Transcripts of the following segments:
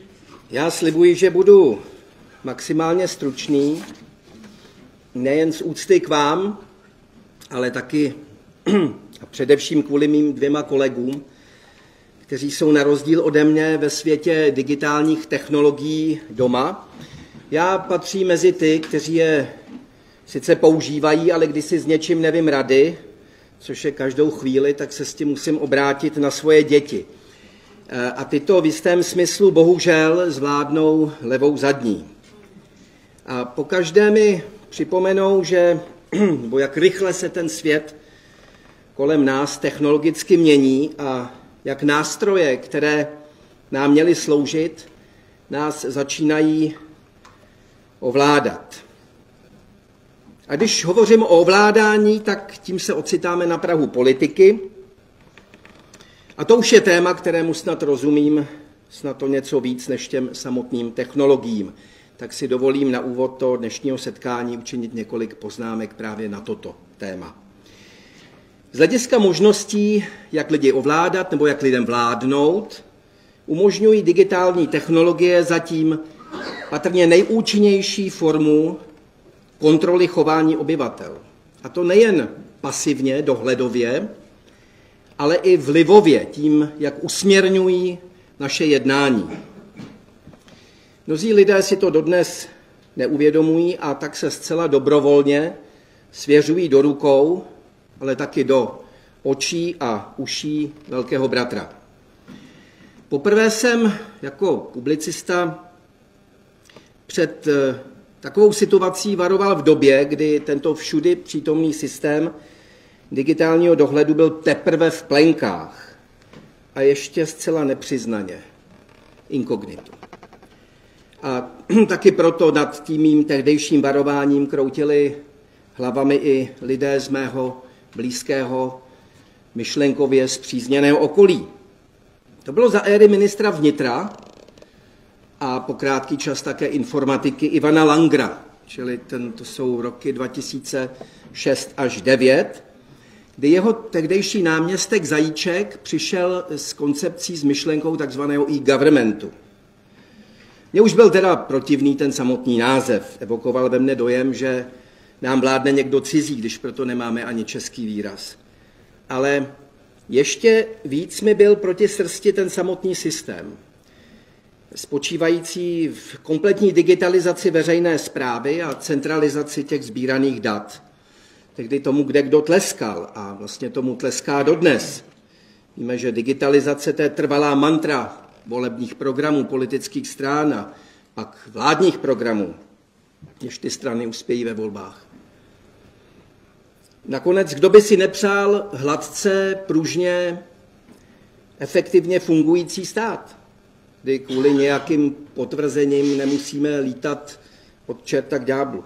Já slibuji, že budu maximálně stručný, nejen z úcty k vám, ale taky a především kvůli mým 2 kolegům, kteří jsou na rozdíl ode mě ve světě digitálních technologií doma. Já patřím mezi ty, kteří je sice používají, ale když si s něčím nevím rady, což je každou chvíli, tak se s tím musím obrátit na svoje děti. A tyto v jistém smyslu bohužel zvládnou levou zadní. A pokaždé mi připomenou, že bo jak rychle se ten svět kolem nás technologicky mění a jak nástroje, které nám měly sloužit, nás začínají ovládat. A když hovořím o ovládání, tak tím se ocitáme na prahu politiky. A to už je téma, kterému snad rozumím, snad to něco víc než těm samotným technologiím. Tak si dovolím na úvod toho dnešního setkání učinit několik poznámek právě na toto téma. Z hlediska možností, jak lidi ovládat nebo jak lidem vládnout, umožňují digitální technologie zatím patrně nejúčinnější formu kontroly chování obyvatel. A to nejen pasivně, dohledově, ale i vlivově, tím, jak usměrňují naše jednání. Mnozí lidé si to dodnes neuvědomují a tak se zcela dobrovolně svěřují do rukou, ale taky do očí a uší velkého bratra. Poprvé jsem jako publicista před takovou situací varoval v době, kdy tento všudy přítomný systém digitálního dohledu byl teprve v plenkách a ještě zcela nepřiznaně, inkognito. A taky proto nad tím mým tehdejším varováním kroutili hlavami i lidé z mého blízkého, myšlenkově spřízněného okolí. To bylo za éry ministra vnitra a po krátký čas také informatiky Ivana Langera, čili to jsou roky 2006 až 2009, kdy jeho tehdejší náměstek Zajíček přišel s koncepcí, s myšlenkou takzvaného e-governmentu. Mně už byl teda protivný ten samotný název, evokoval ve mne dojem, že nám vládne někdo cizí, když proto nemáme ani český výraz. Ale ještě víc mi byl proti srsti ten samotný systém, spočívající v kompletní digitalizaci veřejné správy a centralizaci těch sbíraných dat. Tehdy tomu kde kdo tleskal a vlastně tomu tleská dodnes. Víme, že digitalizace to je trvalá mantra volebních programů politických stran a pak vládních programů, než ty strany uspějí ve volbách. Nakonec, kdo by si nepřál hladce, pružně, efektivně fungující stát, kdy kvůli nějakým potvrzením nemusíme lítat od čerta k ďáblu.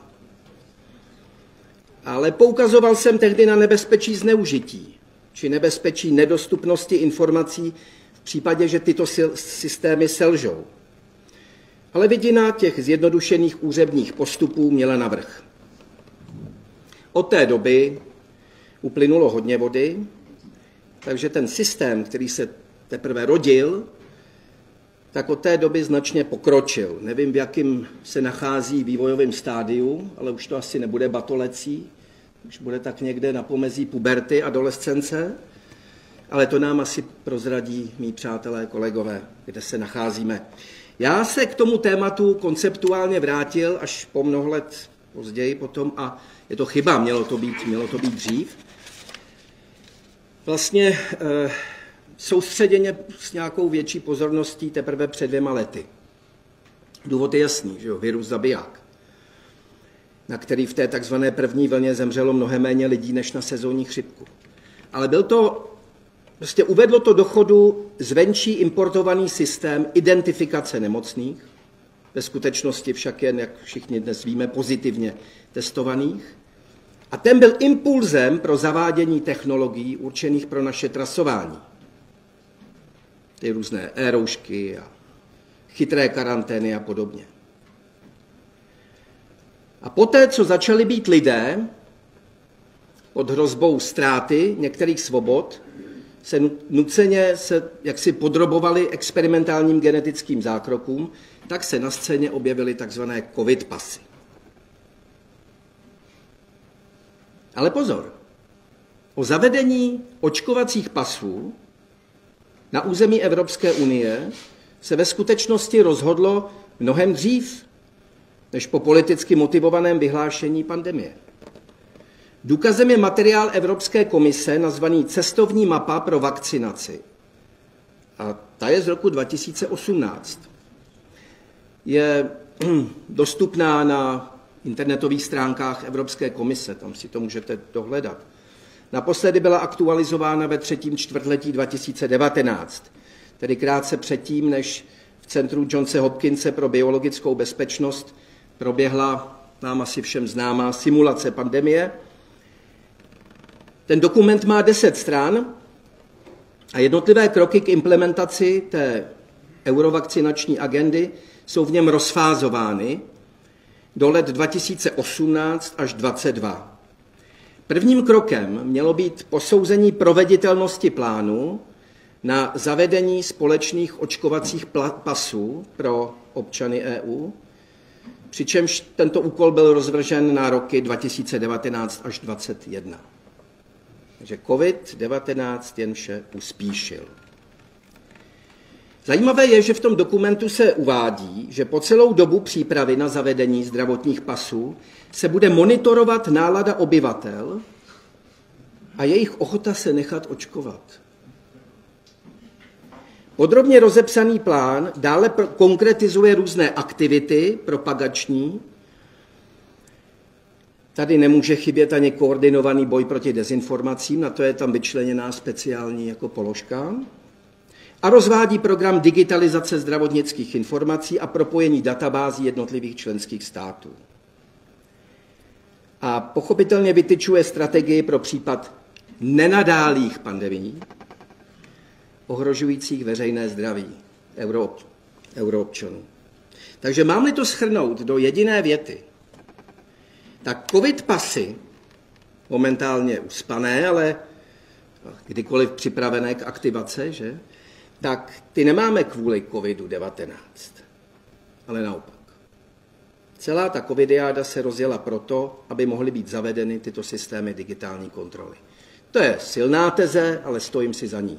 Ale poukazoval jsem tehdy na nebezpečí zneužití, či nebezpečí nedostupnosti informací v případě, že tyto systémy selžou. Ale vidina těch zjednodušených úředních postupů měla navrch. Od té doby uplynulo hodně vody, takže ten systém, který se teprve rodil, tak od té doby značně pokročil. Nevím, v jakém se nachází vývojovém stádiu, ale už to asi nebude batolecí, už bude tak někde na pomezí puberty a adolescence, ale to nám asi prozradí mí přátelé, kolegové, kde se nacházíme. Já se k tomu tématu konceptuálně vrátil až po mnoho let později potom a je to chyba, mělo to být dřív. Vlastně soustředěně s nějakou větší pozorností teprve před 2 lety. Důvod je jasný, že jo, virus zabiják, na který v té takzvané první vlně zemřelo mnohem méně lidí než na sezónní chřipku. Ale uvedlo to do chodu zvenčí importovaný systém identifikace nemocných, ve skutečnosti však jen, jak všichni dnes víme, pozitivně testovaných. A ten byl impulzem pro zavádění technologií určených pro naše trasování. Ty různé e-roušky a chytré karantény a podobně. A poté, co začali být lidé pod hrozbou ztráty některých svobod se nuceně jaksi podrobovali experimentálním genetickým zákrokům, tak se na scéně objevily takzvané covid pasy. Ale pozor, o zavedení očkovacích pasů na území Evropské unie se ve skutečnosti rozhodlo mnohem dřív, než po politicky motivovaném vyhlášení pandemie. Důkazem je materiál Evropské komise nazvaný Cestovní mapa pro vakcinaci. A ta je z roku 2018. Je dostupná na internetových stránkách Evropské komise, tam si to můžete dohledat. Naposledy byla aktualizována ve 3. čtvrtletí 2019, tedy krátce předtím, než v Centru Johns Hopkinse pro biologickou bezpečnost proběhla nám asi všem známá simulace pandemie. Ten dokument má 10 stran a jednotlivé kroky k implementaci té eurovakcinační agendy jsou v něm rozfázovány do let 2018 až 2022. Prvním krokem mělo být posouzení proveditelnosti plánu na zavedení společných očkovacích pasů pro občany EU, přičemž tento úkol byl rozvržen na roky 2019 až 2021. Takže COVID-19 jen vše uspíšil. Zajímavé je, že v tom dokumentu se uvádí, že po celou dobu přípravy na zavedení zdravotních pasů se bude monitorovat nálada obyvatel a jejich ochota se nechat očkovat. Podrobně rozepsaný plán dále konkretizuje různé aktivity propagační. Tady nemůže chybět ani koordinovaný boj proti dezinformacím, na to je tam vyčleněná speciální jako položka. A rozvádí program digitalizace zdravotnických informací a propojení databází jednotlivých členských států. A pochopitelně vytyčuje strategii pro případ nenadálých pandemií, ohrožujících veřejné zdraví euroobčanů. Takže mám-li to shrnout do jediné věty, tak covid pasy, momentálně uspané, ale kdykoliv připravené k aktivaci, že? Tak ty nemáme kvůli covidu-19, ale naopak. Celá ta covidiáda se rozjela proto, aby mohly být zavedeny tyto systémy digitální kontroly. To je silná teze, ale stojím si za ní.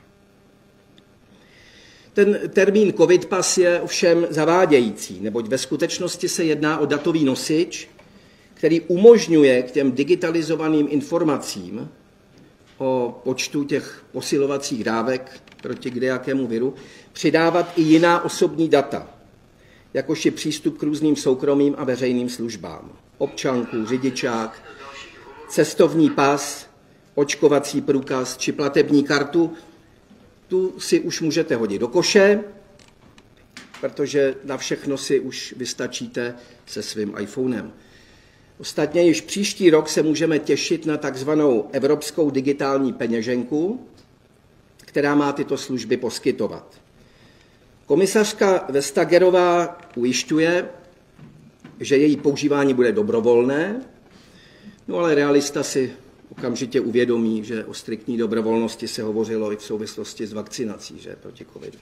Ten termín covid pas je ovšem zavádějící, neboť ve skutečnosti se jedná o datový nosič, který umožňuje k těm digitalizovaným informacím o počtu těch posilovacích dávek proti kdejakému viru přidávat i jiná osobní data, jakož je přístup k různým soukromým a veřejným službám. Občanku, řidičák, cestovní pas, očkovací průkaz či platební kartu, tu si už můžete hodit do koše, protože na všechno si už vystačíte se svým iPhonem. Ostatně již příští rok se můžeme těšit na takzvanou evropskou digitální peněženku, která má tyto služby poskytovat. Komisařka Vestagerová ujišťuje, že její používání bude dobrovolné, no ale realista si okamžitě uvědomí, že o striktní dobrovolnosti se hovořilo i v souvislosti s vakcinací, že, proti covidu.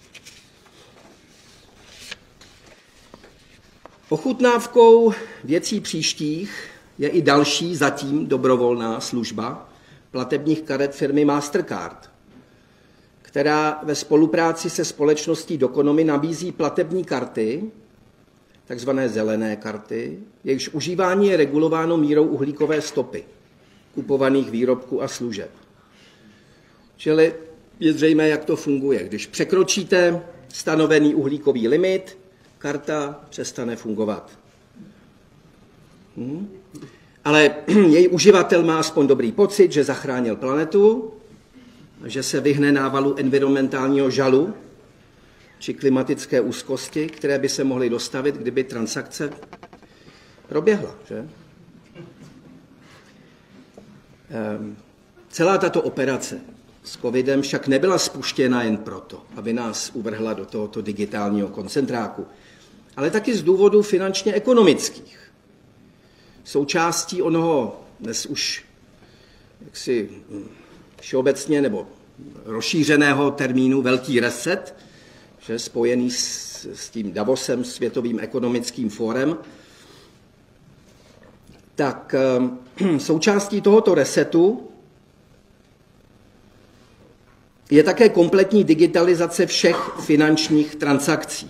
Ochutnávkou věcí příštích je i další zatím dobrovolná služba platebních karet firmy Mastercard, která ve spolupráci se společností Doconomy nabízí platební karty, takzvané zelené karty, jejichž užívání je regulováno mírou uhlíkové stopy kupovaných výrobků a služeb. Čili je zřejmé, jak to funguje. Když překročíte stanovený uhlíkový limit, karta přestane fungovat. Ale její uživatel má aspoň dobrý pocit, že zachránil planetu, že se vyhne návalu environmentálního žalu či klimatické úzkosti, které by se mohly dostavit, kdyby transakce proběhla. Že? Celá tato operace s covidem však nebyla spuštěna jen proto, aby nás uvrhla do tohoto digitálního koncentráku, ale taky z důvodů finančně ekonomických. Součástí onoho dnes už jaksi všeobecně nebo rozšířeného termínu velký reset, že spojený s tím Davosem, Světovým ekonomickým fórem, tak součástí tohoto resetu je také kompletní digitalizace všech finančních transakcí.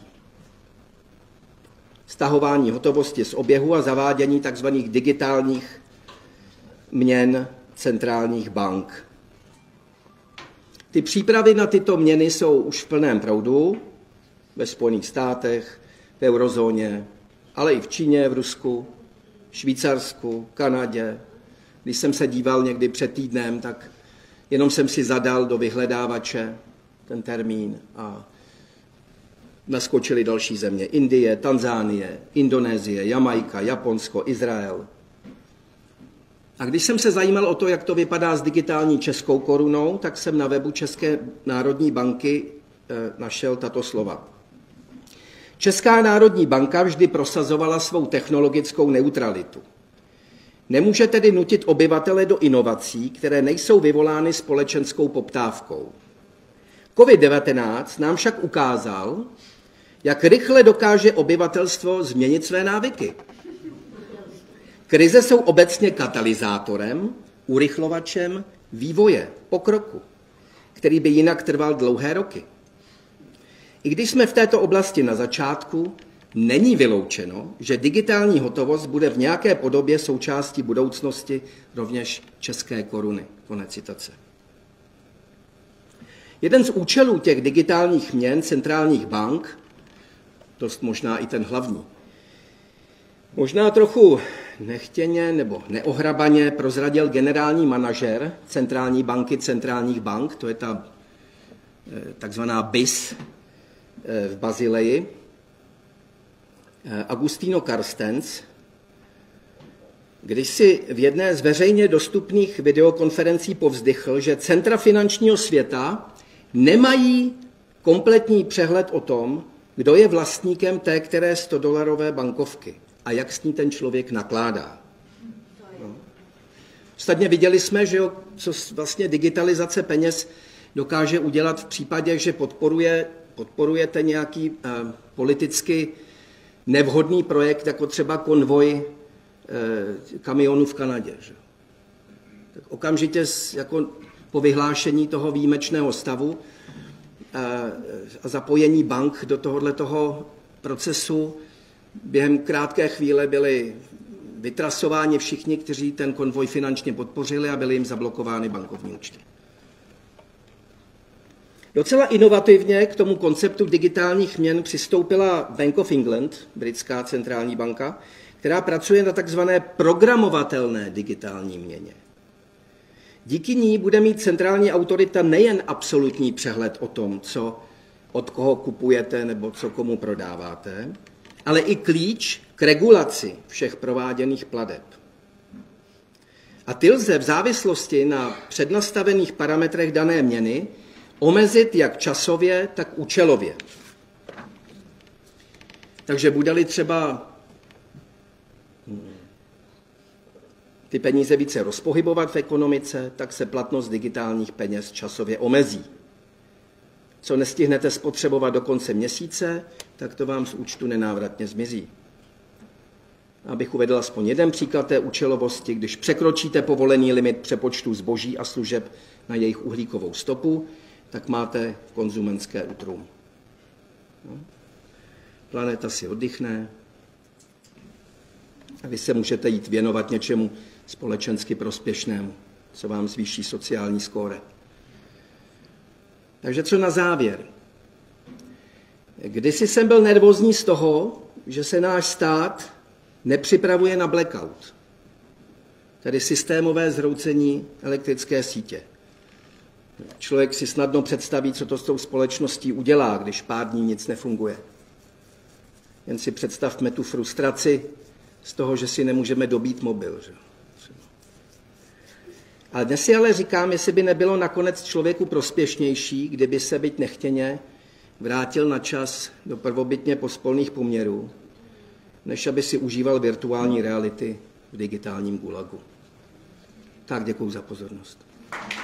Stahování hotovosti z oběhu a zavádění tzv. Digitálních měn centrálních bank. Ty přípravy na tyto měny jsou už v plném proudu ve Spojených státech, v eurozóně, ale i v Číně, v Rusku, Švýcarsku, Kanadě. Když jsem se díval někdy před týdnem, tak jenom jsem si zadal do vyhledávače ten termín a naskočily další země. Indie, Tanzánie, Indonésie, Jamajka, Japonsko, Izrael. A když jsem se zajímal o to, jak to vypadá s digitální českou korunou, tak jsem na webu České národní banky našel tato slova. Česká národní banka vždy prosazovala svou technologickou neutralitu. Nemůže tedy nutit obyvatele do inovací, které nejsou vyvolány společenskou poptávkou. COVID-19 nám však ukázal, jak rychle dokáže obyvatelstvo změnit své návyky. Krize jsou obecně katalyzátorem, urychlovačem vývoje, pokroku, který by jinak trval dlouhé roky. I když jsme v této oblasti na začátku, není vyloučeno, že digitální hotovost bude v nějaké podobě součástí budoucnosti rovněž české koruny. Konec citace. Jeden z účelů těch digitálních měn centrálních bank, dost možná i ten hlavní, možná trochu nechtěně nebo neohrabaně prozradil generální manažer centrální banky centrálních bank, to je ta takzvaná BIS v Bazileji, Agustino Carstens, když si v jedné z veřejně dostupných videokonferencí povzdychl, že centra finančního světa nemají kompletní přehled o tom, kdo je vlastníkem té které $100 bankovky a jak s ní ten člověk nakládá. No. Ostatně viděli jsme, že co vlastně digitalizace peněz dokáže udělat v případě, že podporujete nějaký politicky nevhodný projekt, jako třeba konvoj kamionů v Kanadě. Že? Tak okamžitě jako po vyhlášení toho výjimečného stavu a zapojení bank do tohoto procesu během krátké chvíle byli vytrasováni všichni, kteří ten konvoj finančně podpořili a byly jim zablokovány bankovní účty. Docela inovativně k tomu konceptu digitálních měn přistoupila Bank of England, britská centrální banka, která pracuje na takzvané programovatelné digitální měně. Díky ní bude mít centrální autorita nejen absolutní přehled o tom, co od koho kupujete nebo co komu prodáváte, ale i klíč k regulaci všech prováděných plateb. A ty lze v závislosti na přednastavených parametrech dané měny omezit jak časově, tak účelově. Takže bude-li třeba ty peníze více rozpohybovat v ekonomice, tak se platnost digitálních peněz časově omezí. Co nestihnete spotřebovat do konce měsíce, tak to vám z účtu nenávratně zmizí. Abych uvedl aspoň jeden příklad té účelovosti, když překročíte povolený limit přepočtu zboží a služeb na jejich uhlíkovou stopu, tak máte konzumenské utrum. No. Planeta si oddychne a vy se můžete jít věnovat něčemu společensky prospěšnému, co vám zvýší sociální skóre. Takže co na závěr? Kdysi jsem byl nervózní z toho, že se náš stát nepřipravuje na blackout, tedy systémové zhroucení elektrické sítě. Člověk si snadno představí, co to s tou společností udělá, když pár dní nic nefunguje. Jen si představme tu frustraci z toho, že si nemůžeme dobít mobil. Že? Ale dnes si ale říkám, jestli by nebylo nakonec člověku prospěšnější, kdyby se byť nechtěně vrátil na čas do prvobytně pospolných poměrů, než aby si užíval virtuální reality v digitálním gulagu. Tak děkuju za pozornost.